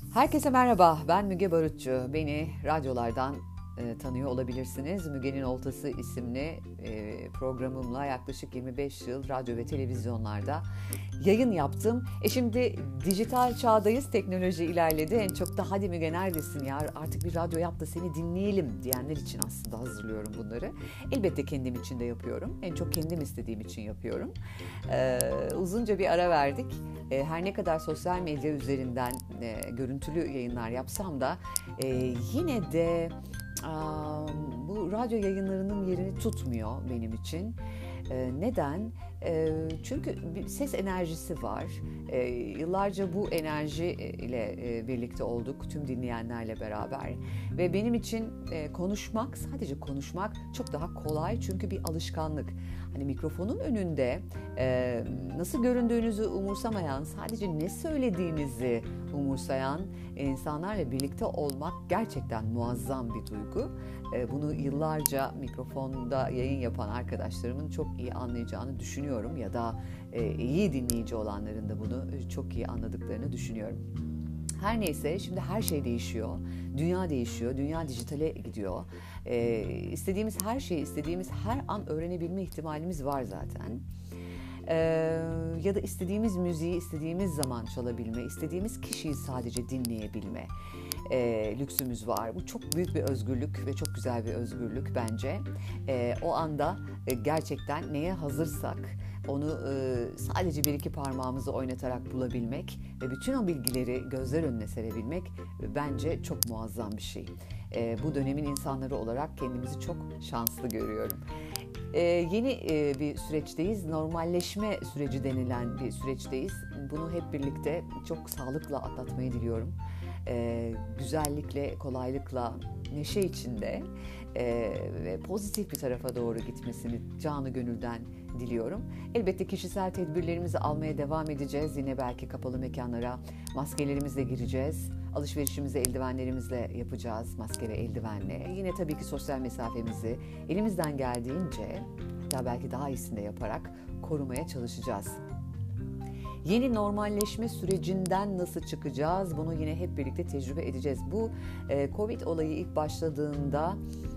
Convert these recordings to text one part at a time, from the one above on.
Herkese merhaba, ben Müge Barutçu. Beni radyolardan tanıyor olabilirsiniz. Müge'nin Oltası isimli programımla yaklaşık 25 yıl radyo ve televizyonlarda yayın yaptım. Şimdi dijital çağdayız, teknoloji ilerledi. En çok da hadi Müge neredesin ya, artık bir radyo yap da seni dinleyelim diyenler için aslında hazırlıyorum bunları. Elbette kendim için de yapıyorum. En çok kendim istediğim için yapıyorum. Uzunca bir ara verdik. Her ne kadar sosyal medya üzerinden görüntülü yayınlar yapsam da yine de bu radyo yayınlarının yerini tutmuyor benim için. Neden? Çünkü bir ses enerjisi var. Yıllarca bu enerji ile birlikte olduk, tüm dinleyenlerle beraber. Ve benim için konuşmak, sadece konuşmak çok daha kolay çünkü bir alışkanlık. Hani mikrofonun önünde nasıl göründüğünüzü umursamayan, sadece ne söylediğinizi umursayan insanlarla birlikte olmak gerçekten muazzam bir duygu. Bunu yıllarca mikrofonda yayın yapan arkadaşlarımın çok iyi anlayacağını düşünüyorum ya da iyi dinleyici olanların da bunu çok iyi anladıklarını düşünüyorum. Her neyse, şimdi her şey değişiyor. Dünya değişiyor. Dünya dijitale gidiyor. İstediğimiz her şeyi, istediğimiz her an öğrenebilme ihtimalimiz var zaten. Ya da istediğimiz müziği istediğimiz zaman çalabilme, istediğimiz kişiyi sadece dinleyebilme lüksümüz var. Bu çok büyük bir özgürlük ve çok güzel bir özgürlük bence. O anda gerçekten neye hazırsak onu sadece bir iki parmağımızı oynatarak bulabilmek ve bütün o bilgileri gözler önüne serebilmek bence çok muazzam bir şey. Bu dönemin insanları olarak kendimizi çok şanslı görüyorum. Yeni bir süreçteyiz. Normalleşme süreci denilen bir süreçteyiz. Bunu hep birlikte çok sağlıkla atlatmayı diliyorum. Güzellikle, kolaylıkla, neşe içinde ve pozitif bir tarafa doğru gitmesini canı gönülden diliyorum. Elbette kişisel tedbirlerimizi almaya devam edeceğiz. Yine belki kapalı mekanlara maskelerimizle gireceğiz. Alışverişimizi eldivenlerimizle yapacağız, maske ve eldivenle. Yine tabii ki sosyal mesafemizi elimizden geldiğince, hatta belki daha iyisini de yaparak korumaya çalışacağız. Yeni normalleşme sürecinden nasıl çıkacağız? Bunu yine hep birlikte tecrübe edeceğiz. Bu Covid olayı ilk başladığında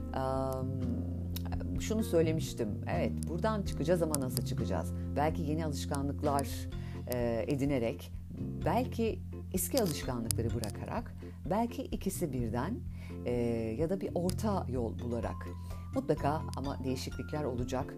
şunu söylemiştim. Evet, buradan çıkacağız ama nasıl çıkacağız? Belki yeni alışkanlıklar edinerek, belki eski alışkanlıkları bırakarak, belki ikisi birden ya da bir orta yol bularak. Mutlaka ama değişiklikler olacak.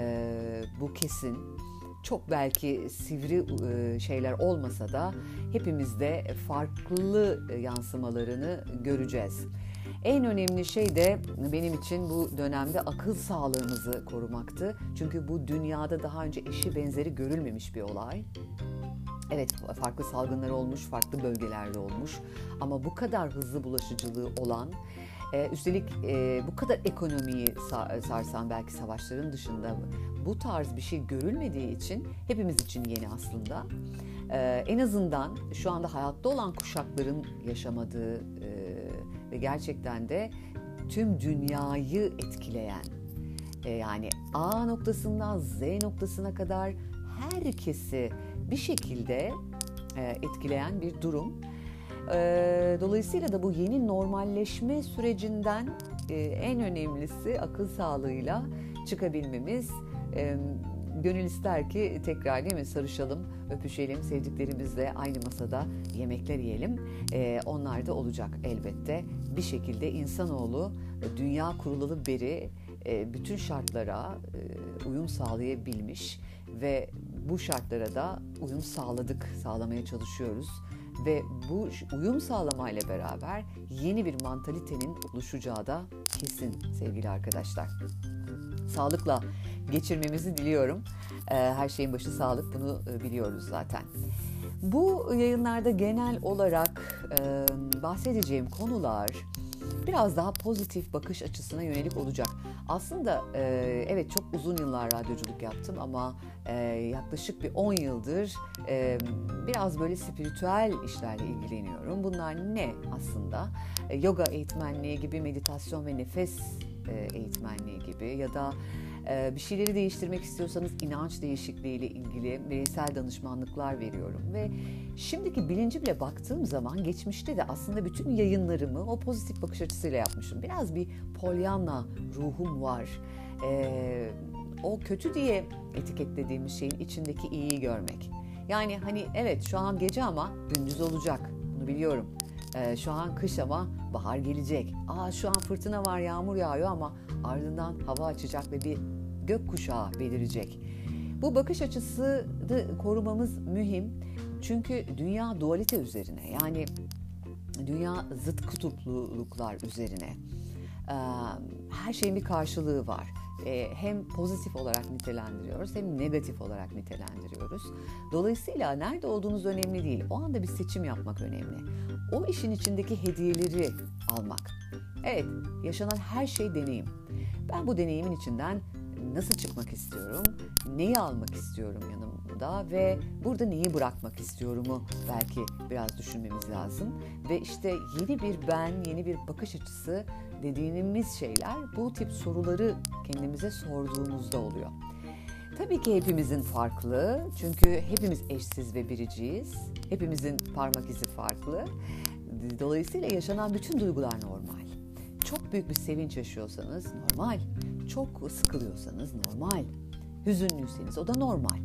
Bu kesin. Çok belki sivri şeyler olmasa da hepimizde farklı yansımalarını göreceğiz. En önemli şey de benim için bu dönemde akıl sağlığımızı korumaktı. Çünkü bu dünyada daha önce eşi benzeri görülmemiş bir olay. Evet, farklı salgınlar olmuş, farklı bölgelerde olmuş ama bu kadar hızlı bulaşıcılığı olan, üstelik bu kadar ekonomiyi sarsan, belki savaşların dışında bu tarz bir şey görülmediği için hepimiz için yeni aslında. En azından şu anda hayatta olan kuşakların yaşamadığı ve gerçekten de tüm dünyayı etkileyen, yani A noktasından Z noktasına kadar herkesi bir şekilde etkileyen bir durum. Dolayısıyla da bu yeni normalleşme sürecinden en önemlisi akıl sağlığıyla çıkabilmemiz. Gönül ister ki tekrar, değil mi, sarışalım, öpüşelim, sevdiklerimizle aynı masada yemekler yiyelim. Onlar da olacak elbette. Bir şekilde insanoğlu dünya kurulalı beri bütün şartlara uyum sağlayabilmiş ve bu şartlara da uyum sağlamaya çalışıyoruz. Ve bu uyum sağlamayla beraber yeni bir mantalitenin oluşacağı da kesin sevgili arkadaşlar. Sağlıkla geçirmemizi diliyorum. Her şeyin başı sağlık, bunu biliyoruz zaten. Bu yayınlarda genel olarak bahsedeceğim konular biraz daha pozitif bakış açısına yönelik olacak. Aslında evet, çok uzun yıllar radyoculuk yaptım ama yaklaşık bir 10 yıldır biraz böyle spiritüel işlerle ilgileniyorum. Bunlar ne aslında? Yoga eğitmenliği gibi, meditasyon ve nefes eğitmenliği gibi ya da Bir şeyleri değiştirmek istiyorsanız inanç değişikliğiyle ilgili bireysel danışmanlıklar veriyorum. Ve şimdiki bilincimle baktığım zaman geçmişte de aslında bütün yayınlarımı o pozitif bakış açısıyla yapmışım. Biraz bir Pollyanna ruhum var. O kötü diye etiketlediğimiz şeyin içindeki iyiyi görmek. Yani hani evet şu an gece ama gündüz olacak. Bunu biliyorum. Şu an kış ama bahar gelecek. Şu an fırtına var, yağmur yağıyor ama ardından hava açacak ve bir gökkuşağı belirecek. Bu bakış açısını korumamız mühim. Çünkü dünya dualite üzerine, yani dünya zıt kutupluluklar üzerine. Her şeyin bir karşılığı var. Hem pozitif olarak nitelendiriyoruz hem negatif olarak nitelendiriyoruz. Dolayısıyla nerede olduğunuz önemli değil. O anda bir seçim yapmak önemli. O işin içindeki hediyeleri almak. Evet, yaşanan her şey deneyim. Ben bu deneyimin içinden nasıl çıkmak istiyorum, neyi almak istiyorum yanımda ve burada neyi bırakmak istiyorumu belki biraz düşünmemiz lazım. Ve işte yeni bir ben, yeni bir bakış açısı dediğimiz şeyler bu tip soruları kendimize sorduğumuzda oluyor. Tabii ki hepimizin farklı, çünkü hepimiz eşsiz ve biriciyiz. Hepimizin parmak izi farklı. Dolayısıyla yaşanan bütün duygular normal. Çok büyük bir sevinç yaşıyorsanız normal. Çok sıkılıyorsanız normal. Hüzünlüyseniz o da normal.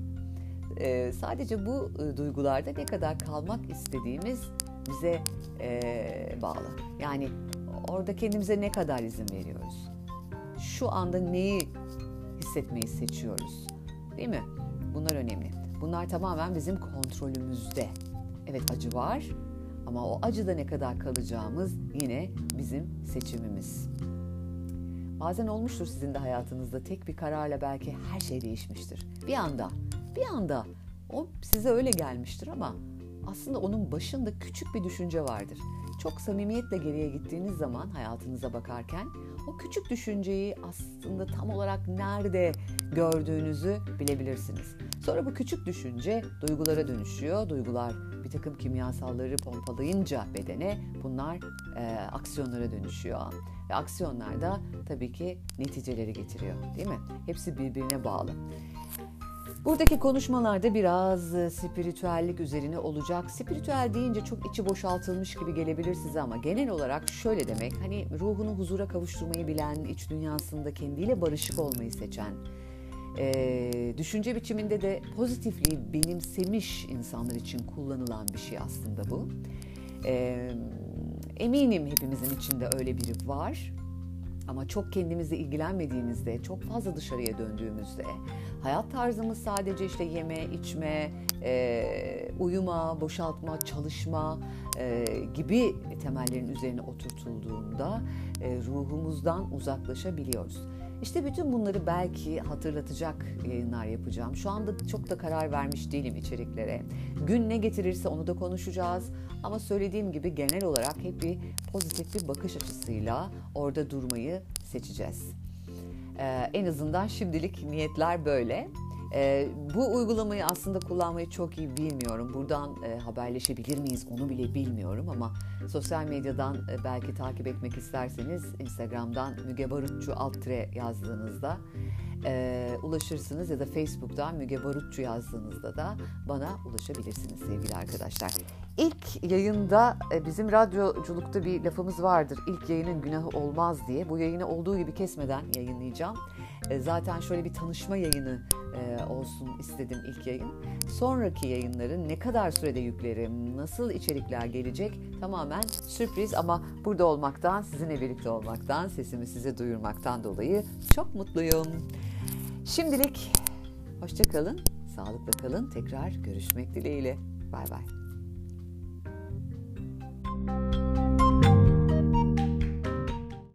Sadece bu duygularda ne kadar kalmak istediğimiz bize bağlı. Yani orada kendimize ne kadar izin veriyoruz? Şu anda neyi hissetmeyi seçiyoruz? Değil mi? Bunlar önemli. Bunlar tamamen bizim kontrolümüzde. Evet, acı var ama o acıda ne kadar kalacağımız yine bizim seçimimiz. Bazen olmuştur sizin de hayatınızda, tek bir kararla belki her şey değişmiştir. Bir anda o size öyle gelmiştir ama aslında onun başında küçük bir düşünce vardır. Çok samimiyetle geriye gittiğiniz zaman hayatınıza bakarken o küçük düşünceyi aslında tam olarak nerede gördüğünüzü bilebilirsiniz. Sonra bu küçük düşünce duygulara dönüşüyor. Duygular bir takım kimyasalları pompalayınca bedene bunlar aksiyonlara dönüşüyor. Ve aksiyonlar da tabii ki neticeleri getiriyor, değil mi? Hepsi birbirine bağlı. Buradaki konuşmalarda biraz spiritüellik üzerine olacak. Spiritüel deyince çok içi boşaltılmış gibi gelebilir size ama genel olarak şöyle demek. Hani ruhunu huzura kavuşturmayı bilen, iç dünyasında kendiyle barışık olmayı seçen, düşünce biçiminde de pozitifliği benimsemiş insanlar için kullanılan bir şey aslında bu. Eminim hepimizin içinde öyle biri var. Ama çok kendimizle ilgilenmediğimizde, çok fazla dışarıya döndüğümüzde, hayat tarzımız sadece işte yeme, içme, uyuma, boşaltma, çalışma gibi temellerin üzerine oturtulduğunda ruhumuzdan uzaklaşabiliyoruz. İşte bütün bunları belki hatırlatacak yayınlar yapacağım. Şu anda çok da karar vermiş değilim içeriklere. Gün ne getirirse onu da konuşacağız. Ama söylediğim gibi genel olarak hep bir pozitif bir bakış açısıyla orada durmayı seçeceğiz. En azından şimdilik niyetler böyle. Bu uygulamayı aslında kullanmayı çok iyi bilmiyorum. Buradan haberleşebilir miyiz onu bile bilmiyorum ama sosyal medyadan belki takip etmek isterseniz Instagram'dan Müge Barutçu yazdığınızda ulaşırsınız ya da Facebook'tan Müge Barutçu yazdığınızda da bana ulaşabilirsiniz sevgili arkadaşlar. İlk yayında bizim radyoculukta bir lafımız vardır. İlk yayının günahı olmaz diye. Bu yayını olduğu gibi kesmeden yayınlayacağım. Zaten şöyle bir tanışma yayını olsun istedim ilk yayın. Sonraki yayınları ne kadar sürede yüklerim, nasıl içerikler gelecek tamamen sürpriz ama burada olmaktan, sizinle birlikte olmaktan, sesimi size duyurmaktan dolayı çok mutluyum. Şimdilik hoşça kalın, sağlıkla kalın, tekrar görüşmek dileğiyle. Bay bay.